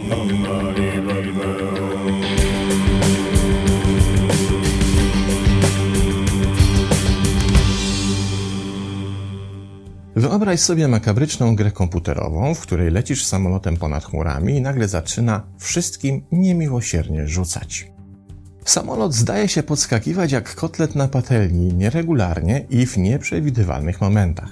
Wyobraź sobie makabryczną grę komputerową, w której lecisz samolotem ponad chmurami i nagle zaczyna wszystkim niemiłosiernie rzucać. Samolot zdaje się podskakiwać jak kotlet na patelni, nieregularnie i w nieprzewidywalnych momentach.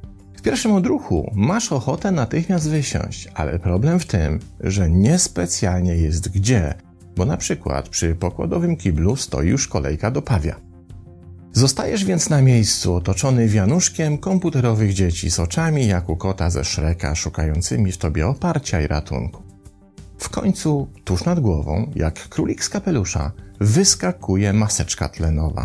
W pierwszym odruchu masz ochotę natychmiast wysiąść, ale problem w tym, że niespecjalnie jest gdzie, bo na przykład przy pokładowym kiblu stoi już kolejka do pawia. Zostajesz więc na miejscu otoczony wianuszkiem komputerowych dzieci z oczami jak u kota ze Shreka szukającymi w tobie oparcia i ratunku. W końcu, tuż nad głową, jak królik z kapelusza, wyskakuje maseczka tlenowa.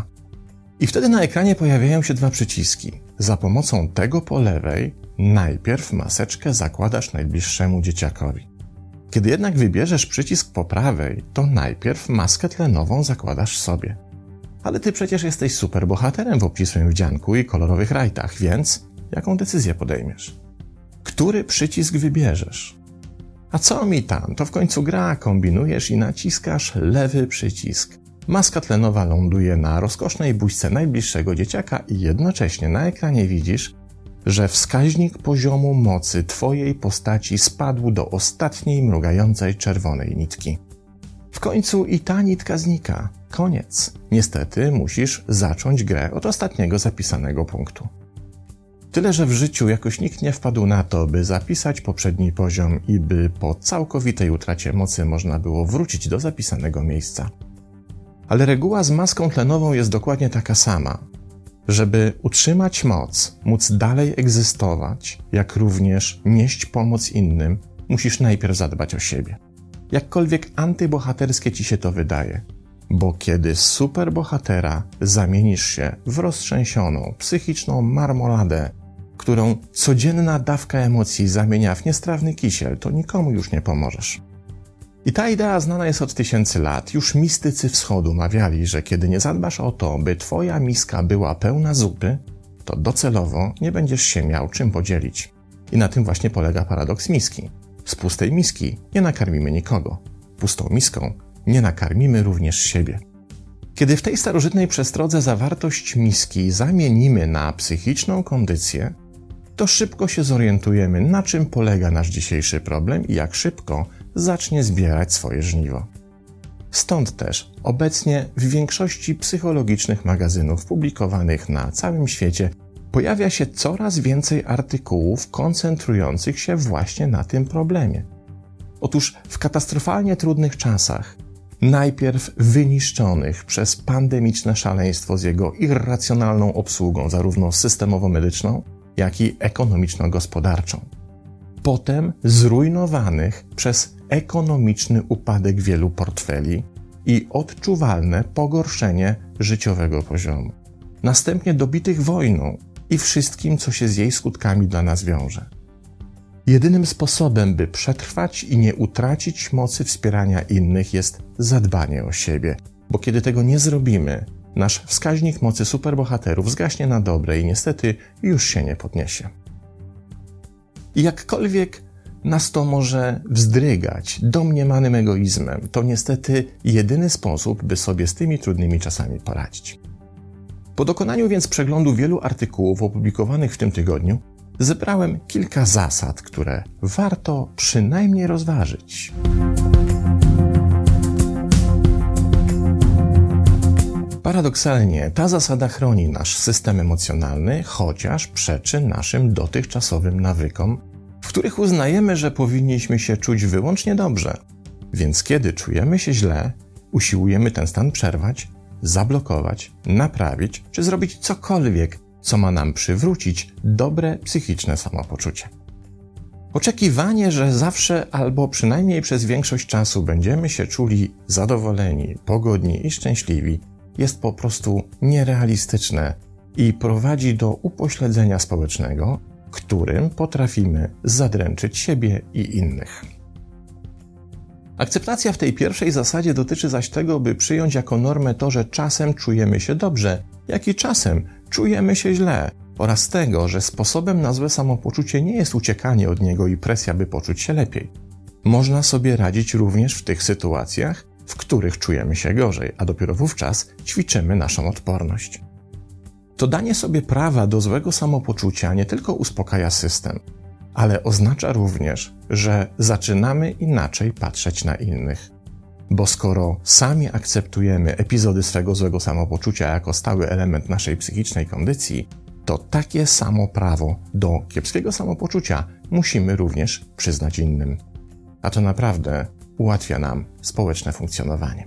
I wtedy na ekranie pojawiają się dwa przyciski. Za pomocą tego po lewej najpierw maseczkę zakładasz najbliższemu dzieciakowi. Kiedy jednak wybierzesz przycisk po prawej, to najpierw maskę tlenową zakładasz sobie. Ale ty przecież jesteś superbohaterem w obcisłym wdzianku i kolorowych rajtach, więc jaką decyzję podejmiesz? Który przycisk wybierzesz? A co mi tam? To w końcu gra, kombinujesz i naciskasz lewy przycisk. Maska tlenowa ląduje na rozkosznej buźce najbliższego dzieciaka i jednocześnie na ekranie widzisz, że wskaźnik poziomu mocy twojej postaci spadł do ostatniej mrugającej czerwonej nitki. W końcu i ta nitka znika. Koniec. Niestety musisz zacząć grę od ostatniego zapisanego punktu. Tyle, że w życiu jakoś nikt nie wpadł na to, by zapisać poprzedni poziom i by po całkowitej utracie mocy można było wrócić do zapisanego miejsca. Ale reguła z maską tlenową jest dokładnie taka sama. Żeby utrzymać moc, móc dalej egzystować, jak również nieść pomoc innym, musisz najpierw zadbać o siebie. Jakkolwiek antybohaterskie ci się to wydaje. Bo kiedy z superbohatera zamienisz się w roztrzęsioną, psychiczną marmoladę, którą codzienna dawka emocji zamienia w niestrawny kisiel, to nikomu już nie pomożesz. I ta idea znana jest od tysięcy lat. Już mistycy wschodu mawiali, że kiedy nie zadbasz o to, by twoja miska była pełna zupy, to docelowo nie będziesz się miał czym podzielić. I na tym właśnie polega paradoks miski. Z pustej miski nie nakarmimy nikogo. Pustą miską nie nakarmimy również siebie. Kiedy w tej starożytnej przestrodze zawartość miski zamienimy na psychiczną kondycję, to szybko się zorientujemy, na czym polega nasz dzisiejszy problem i jak szybko zacznie zbierać swoje żniwo. Stąd też obecnie w większości psychologicznych magazynów publikowanych na całym świecie pojawia się coraz więcej artykułów koncentrujących się właśnie na tym problemie. Otóż w katastrofalnie trudnych czasach, najpierw wyniszczonych przez pandemiczne szaleństwo z jego irracjonalną obsługą, zarówno systemowo-medyczną, jak i ekonomiczno-gospodarczą. Potem zrujnowanych przez ekonomiczny upadek wielu portfeli i odczuwalne pogorszenie życiowego poziomu. Następnie dobitych wojną i wszystkim, co się z jej skutkami dla nas wiąże. Jedynym sposobem, by przetrwać i nie utracić mocy wspierania innych, jest zadbanie o siebie, bo kiedy tego nie zrobimy, nasz wskaźnik mocy superbohaterów zgaśnie na dobre i niestety już się nie podniesie. I jakkolwiek nas to może wzdrygać domniemanym egoizmem, to niestety jedyny sposób, by sobie z tymi trudnymi czasami poradzić. Po dokonaniu więc przeglądu wielu artykułów opublikowanych w tym tygodniu, zebrałem kilka zasad, które warto przynajmniej rozważyć. Paradoksalnie ta zasada chroni nasz system emocjonalny, chociaż przeczy naszym dotychczasowym nawykom, w których uznajemy, że powinniśmy się czuć wyłącznie dobrze. Więc kiedy czujemy się źle, usiłujemy ten stan przerwać, zablokować, naprawić czy zrobić cokolwiek, co ma nam przywrócić dobre psychiczne samopoczucie. Oczekiwanie, że zawsze albo przynajmniej przez większość czasu będziemy się czuli zadowoleni, pogodni i szczęśliwi, jest po prostu nierealistyczne i prowadzi do upośledzenia społecznego, którym potrafimy zadręczyć siebie i innych. Akceptacja w tej pierwszej zasadzie dotyczy zaś tego, by przyjąć jako normę to, że czasem czujemy się dobrze, jak i czasem czujemy się źle, oraz tego, że sposobem na złe samopoczucie nie jest uciekanie od niego i presja, by poczuć się lepiej. można sobie radzić również w tych sytuacjach, w których czujemy się gorzej, a dopiero wówczas ćwiczymy naszą odporność. To danie sobie prawa do złego samopoczucia nie tylko uspokaja system, ale oznacza również, że zaczynamy inaczej patrzeć na innych. Bo skoro sami akceptujemy epizody swego złego samopoczucia jako stały element naszej psychicznej kondycji, to takie samo prawo do kiepskiego samopoczucia musimy również przyznać innym. A to naprawdę ułatwia nam społeczne funkcjonowanie.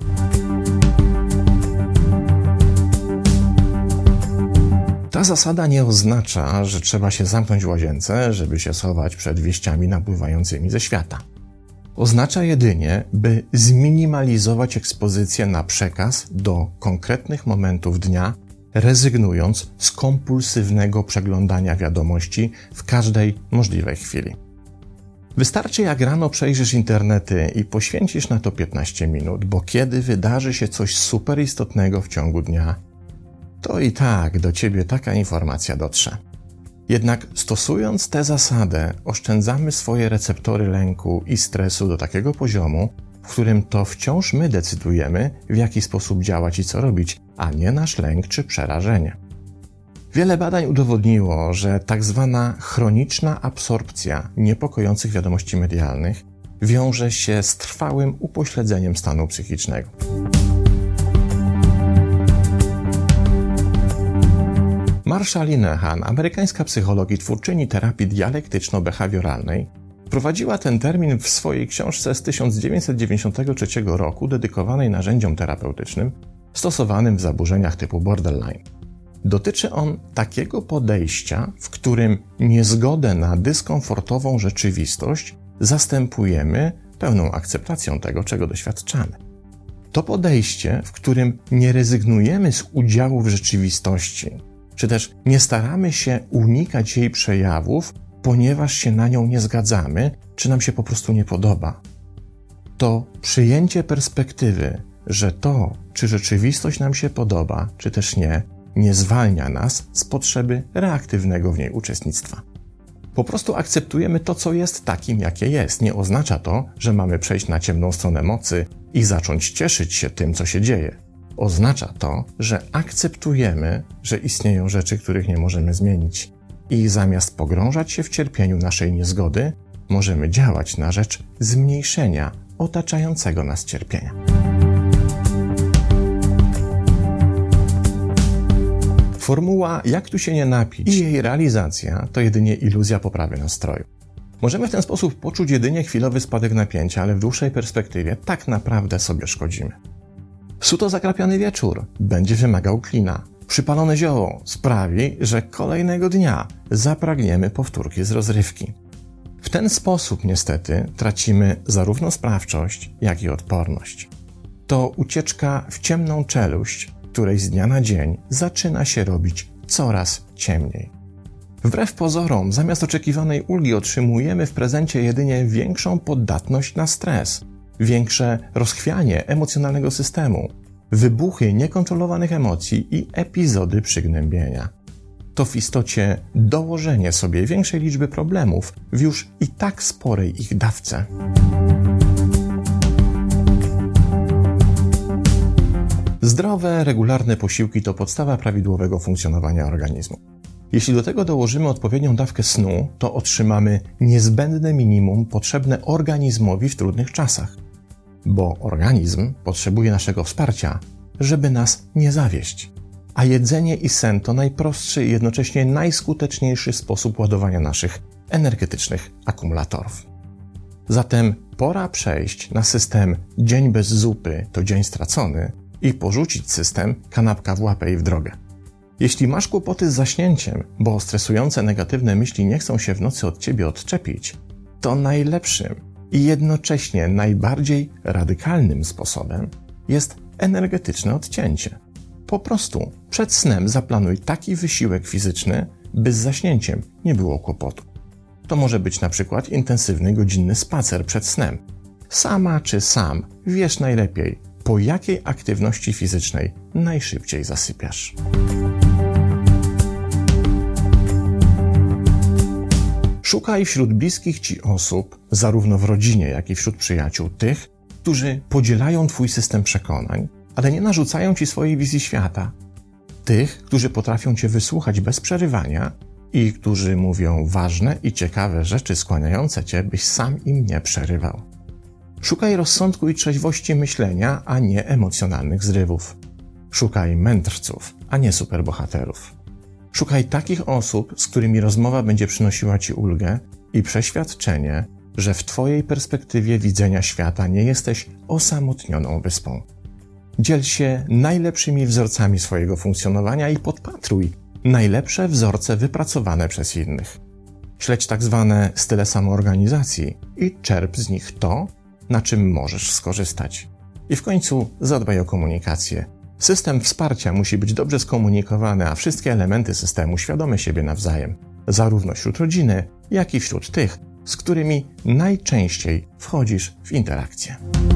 Ta zasada nie oznacza, że trzeba się zamknąć w łazience, żeby się schować przed wieściami napływającymi ze świata. Oznacza jedynie, by zminimalizować ekspozycję na przekaz do konkretnych momentów dnia, rezygnując z kompulsywnego przeglądania wiadomości w każdej możliwej chwili. Wystarczy, jak rano przejrzysz internety i poświęcisz na to 15 minut, bo kiedy wydarzy się coś super istotnego w ciągu dnia, to i tak do ciebie taka informacja dotrze. Jednak stosując tę zasadę, oszczędzamy swoje receptory lęku i stresu do takiego poziomu, w którym to wciąż my decydujemy, w jaki sposób działać i co robić, a nie nasz lęk czy przerażenie. Wiele badań udowodniło, że tak zwana chroniczna absorpcja niepokojących wiadomości medialnych wiąże się z trwałym upośledzeniem stanu psychicznego. Marsha Linehan, amerykańska psycholog i twórczyni terapii dialektyczno-behawioralnej, wprowadziła ten termin w swojej książce z 1993 roku dedykowanej narzędziom terapeutycznym stosowanym w zaburzeniach typu borderline. Dotyczy on takiego podejścia, w którym niezgodę na dyskomfortową rzeczywistość zastępujemy pełną akceptacją tego, czego doświadczamy. To podejście, w którym nie rezygnujemy z udziału w rzeczywistości, czy też nie staramy się unikać jej przejawów, ponieważ się na nią nie zgadzamy, czy nam się po prostu nie podoba. To przyjęcie perspektywy, że to, czy rzeczywistość nam się podoba, czy też nie zwalnia nas z potrzeby reaktywnego w niej uczestnictwa. Po prostu akceptujemy to, co jest takim, jakie jest. Nie oznacza to, że mamy przejść na ciemną stronę mocy i zacząć cieszyć się tym, co się dzieje. Oznacza to, że akceptujemy, że istnieją rzeczy, których nie możemy zmienić. I zamiast pogrążać się w cierpieniu naszej niezgody, możemy działać na rzecz zmniejszenia otaczającego nas cierpienia. Formuła "jak tu się nie napić" i jej realizacja to jedynie iluzja poprawy nastroju. Możemy w ten sposób poczuć jedynie chwilowy spadek napięcia, ale w dłuższej perspektywie tak naprawdę sobie szkodzimy. Suto zakrapiany wieczór będzie wymagał klina. Przypalone zioło sprawi, że kolejnego dnia zapragniemy powtórki z rozrywki. W ten sposób niestety tracimy zarówno sprawczość, jak i odporność. To ucieczka w ciemną czeluść, której z dnia na dzień zaczyna się robić coraz ciemniej. Wbrew pozorom, zamiast oczekiwanej ulgi otrzymujemy w prezencie jedynie większą podatność na stres, większe rozchwianie emocjonalnego systemu, wybuchy niekontrolowanych emocji i epizody przygnębienia. To w istocie dołożenie sobie większej liczby problemów w już i tak sporej ich dawce. Zdrowe, regularne posiłki to podstawa prawidłowego funkcjonowania organizmu. Jeśli do tego dołożymy odpowiednią dawkę snu, to otrzymamy niezbędne minimum potrzebne organizmowi w trudnych czasach. Bo organizm potrzebuje naszego wsparcia, żeby nas nie zawieść. A jedzenie i sen to najprostszy i jednocześnie najskuteczniejszy sposób ładowania naszych energetycznych akumulatorów. Zatem pora przejść na system dzień bez zupy to dzień stracony i porzucić system kanapka w łapę i w drogę. Jeśli masz kłopoty z zaśnięciem, bo stresujące negatywne myśli nie chcą się w nocy od ciebie odczepić, to najlepszym i jednocześnie najbardziej radykalnym sposobem jest energetyczne odcięcie. Po prostu przed snem zaplanuj taki wysiłek fizyczny, by z zaśnięciem nie było kłopotu. To może być na przykład intensywny godzinny spacer przed snem. Sama czy sam wiesz najlepiej, po jakiej aktywności fizycznej najszybciej zasypiasz. Szukaj wśród bliskich Ci osób, zarówno w rodzinie, jak i wśród przyjaciół, tych, którzy podzielają Twój system przekonań, ale nie narzucają Ci swojej wizji świata. Tych, którzy potrafią Cię wysłuchać bez przerywania i którzy mówią ważne i ciekawe rzeczy skłaniające Cię, byś sam im nie przerywał. Szukaj rozsądku i trzeźwości myślenia, a nie emocjonalnych zrywów. Szukaj mędrców, a nie superbohaterów. Szukaj takich osób, z którymi rozmowa będzie przynosiła Ci ulgę i przeświadczenie, że w Twojej perspektywie widzenia świata nie jesteś osamotnioną wyspą. Dziel się najlepszymi wzorcami swojego funkcjonowania i podpatruj najlepsze wzorce wypracowane przez innych. Śledź tak zwane style samoorganizacji i czerp z nich to, na czym możesz skorzystać. I w końcu zadbaj o komunikację. System wsparcia musi być dobrze skomunikowany, a wszystkie elementy systemu świadome siebie nawzajem, zarówno wśród rodziny, jak i wśród tych, z którymi najczęściej wchodzisz w interakcję.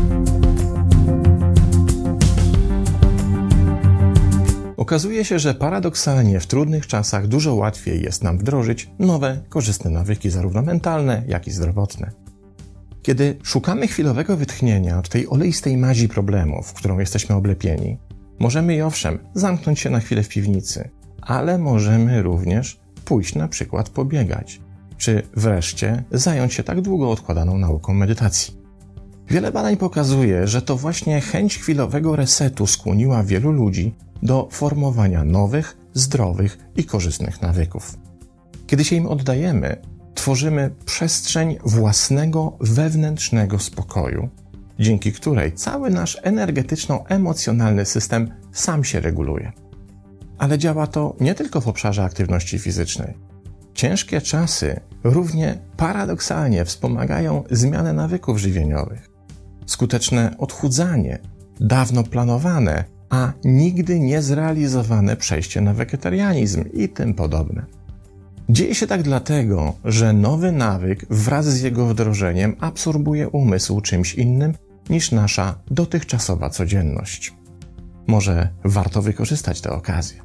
Okazuje się, że paradoksalnie w trudnych czasach dużo łatwiej jest nam wdrożyć nowe, korzystne nawyki, zarówno mentalne, jak i zdrowotne. Kiedy szukamy chwilowego wytchnienia od tej oleistej mazi problemów, którą jesteśmy oblepieni, możemy i owszem zamknąć się na chwilę w piwnicy, ale możemy również pójść na przykład pobiegać, czy wreszcie zająć się tak długo odkładaną nauką medytacji. Wiele badań pokazuje, że to właśnie chęć chwilowego resetu skłoniła wielu ludzi do formowania nowych, zdrowych i korzystnych nawyków. Kiedy się im oddajemy, tworzymy przestrzeń własnego, wewnętrznego spokoju, dzięki której cały nasz energetyczno-emocjonalny system sam się reguluje. Ale działa to nie tylko w obszarze aktywności fizycznej. Ciężkie czasy równie paradoksalnie wspomagają zmianę nawyków żywieniowych. Skuteczne odchudzanie, dawno planowane, a nigdy nie zrealizowane przejście na wegetarianizm i tym podobne. Dzieje się tak dlatego, że nowy nawyk wraz z jego wdrożeniem absorbuje umysł czymś innym niż nasza dotychczasowa codzienność. Może warto wykorzystać tę okazję.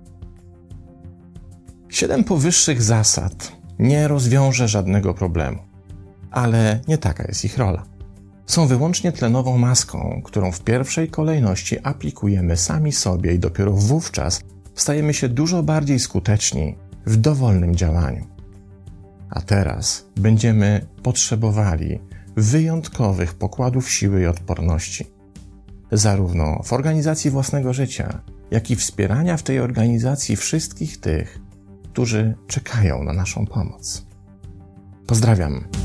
7 powyższych zasad nie rozwiąże żadnego problemu, ale nie taka jest ich rola. Są wyłącznie tlenową maską, którą w pierwszej kolejności aplikujemy sami sobie i dopiero wówczas stajemy się dużo bardziej skuteczni w dowolnym działaniu. A teraz będziemy potrzebowali wyjątkowych pokładów siły i odporności, zarówno w organizacji własnego życia, jak i wspierania w tej organizacji wszystkich tych, którzy czekają na naszą pomoc. Pozdrawiam.